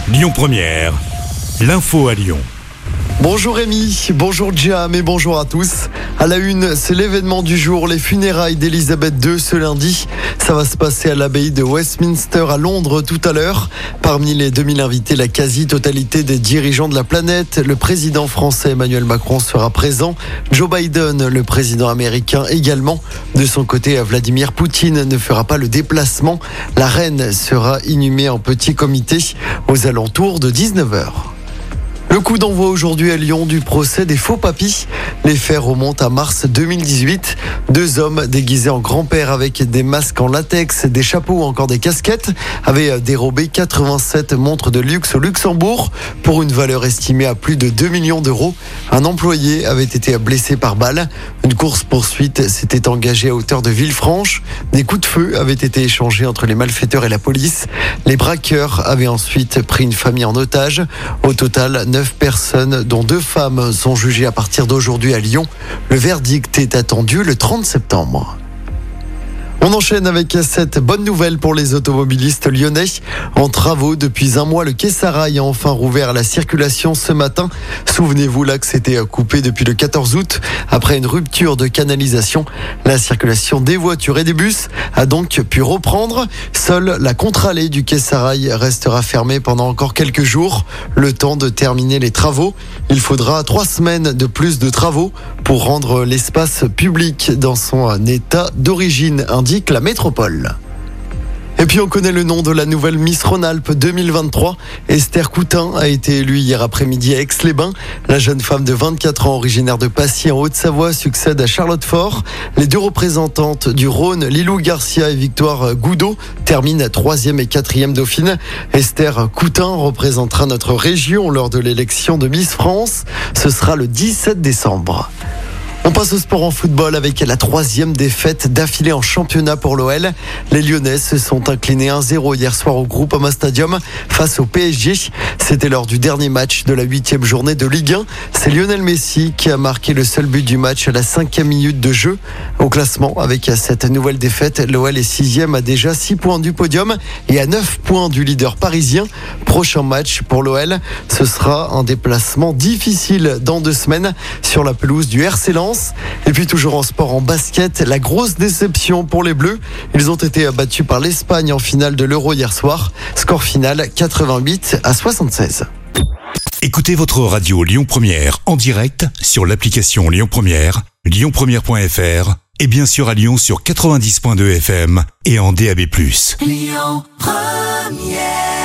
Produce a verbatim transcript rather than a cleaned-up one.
Lyon Première, l'info à Lyon. Bonjour Rémi, bonjour Jam et bonjour à tous. À la une, c'est l'événement du jour, les funérailles d'Elisabeth deux ce lundi. Ça va se passer à l'abbaye de Westminster à Londres tout à l'heure. Parmi les deux mille invités, la quasi-totalité des dirigeants de la planète. Le président français Emmanuel Macron sera présent. Joe Biden, le président américain également. De son côté, Vladimir Poutine ne fera pas le déplacement. La reine sera inhumée en petit comité aux alentours de dix-neuf heures. Le coup d'envoi aujourd'hui à Lyon du procès des faux papis. Les faits remontent à mars deux mille dix-huit. Deux hommes déguisés en grand-père avec des masques en latex, des chapeaux ou encore des casquettes avaient dérobé quatre-vingt-sept montres de luxe au Luxembourg pour une valeur estimée à plus de deux millions d'euros. Un employé avait été blessé par balle. Une course-poursuite s'était engagée à hauteur de Villefranche. Des coups de feu avaient été échangés entre les malfaiteurs et la police. Les braqueurs avaient ensuite pris une famille en otage. Au total, neuf personnes, dont deux femmes, sont jugées à partir d'aujourd'hui à Lyon. Le verdict est attendu le trente septembre. On enchaîne avec cette bonne nouvelle pour les automobilistes lyonnais. En travaux depuis un mois, le quai Sarail a enfin rouvert à la circulation ce matin. Souvenez-vous là que c'était coupé depuis le quatorze août après une rupture de canalisation. La circulation des voitures et des bus a donc pu reprendre. Seule la contre-allée du quai Sarail restera fermée pendant encore quelques jours, le temps de terminer les travaux. Il faudra trois semaines de plus de travaux pour rendre l'espace public dans son état d'origine, indique la métropole. Et puis on connaît le nom de la nouvelle Miss Rhône-Alpes deux mille vingt-trois. Esther Coutin a été élue hier après-midi à Aix-les-Bains. La jeune femme de vingt-quatre ans, originaire de Passy en Haute-Savoie, succède à Charlotte Faure. Les deux représentantes du Rhône, Lilou Garcia et Victoire Goudot, terminent troisième et quatrième dauphine. Esther Coutin représentera notre région lors de l'élection de Miss France. Ce sera le dix-sept décembre. On passe au sport en football avec la troisième défaite d'affilée en championnat pour l'O L. Les Lyonnais se sont inclinés un zéro hier soir au Groupama Stadium face au P S G. C'était lors du dernier match de la huitième journée de Ligue un. C'est Lionel Messi qui a marqué le seul but du match à la cinquième minute de jeu. Au classement, avec cette nouvelle défaite, l'O L est sixième à déjà six points du podium et à neuf points du leader parisien. Prochain match pour l'O L, ce sera un déplacement difficile dans deux semaines sur la pelouse du R C Lens. Et puis toujours en sport, en basket, la grosse déception pour les Bleus. Ils ont été battus par l'Espagne en finale de l'Euro hier soir. Score final quatre-vingt-huit à soixante-seize. Écoutez votre radio Lyon Première en direct sur l'application Lyon Première, lyon première point f r et bien sûr à Lyon sur quatre-vingt-dix point deux F M et en D A B plus. Lyon Première.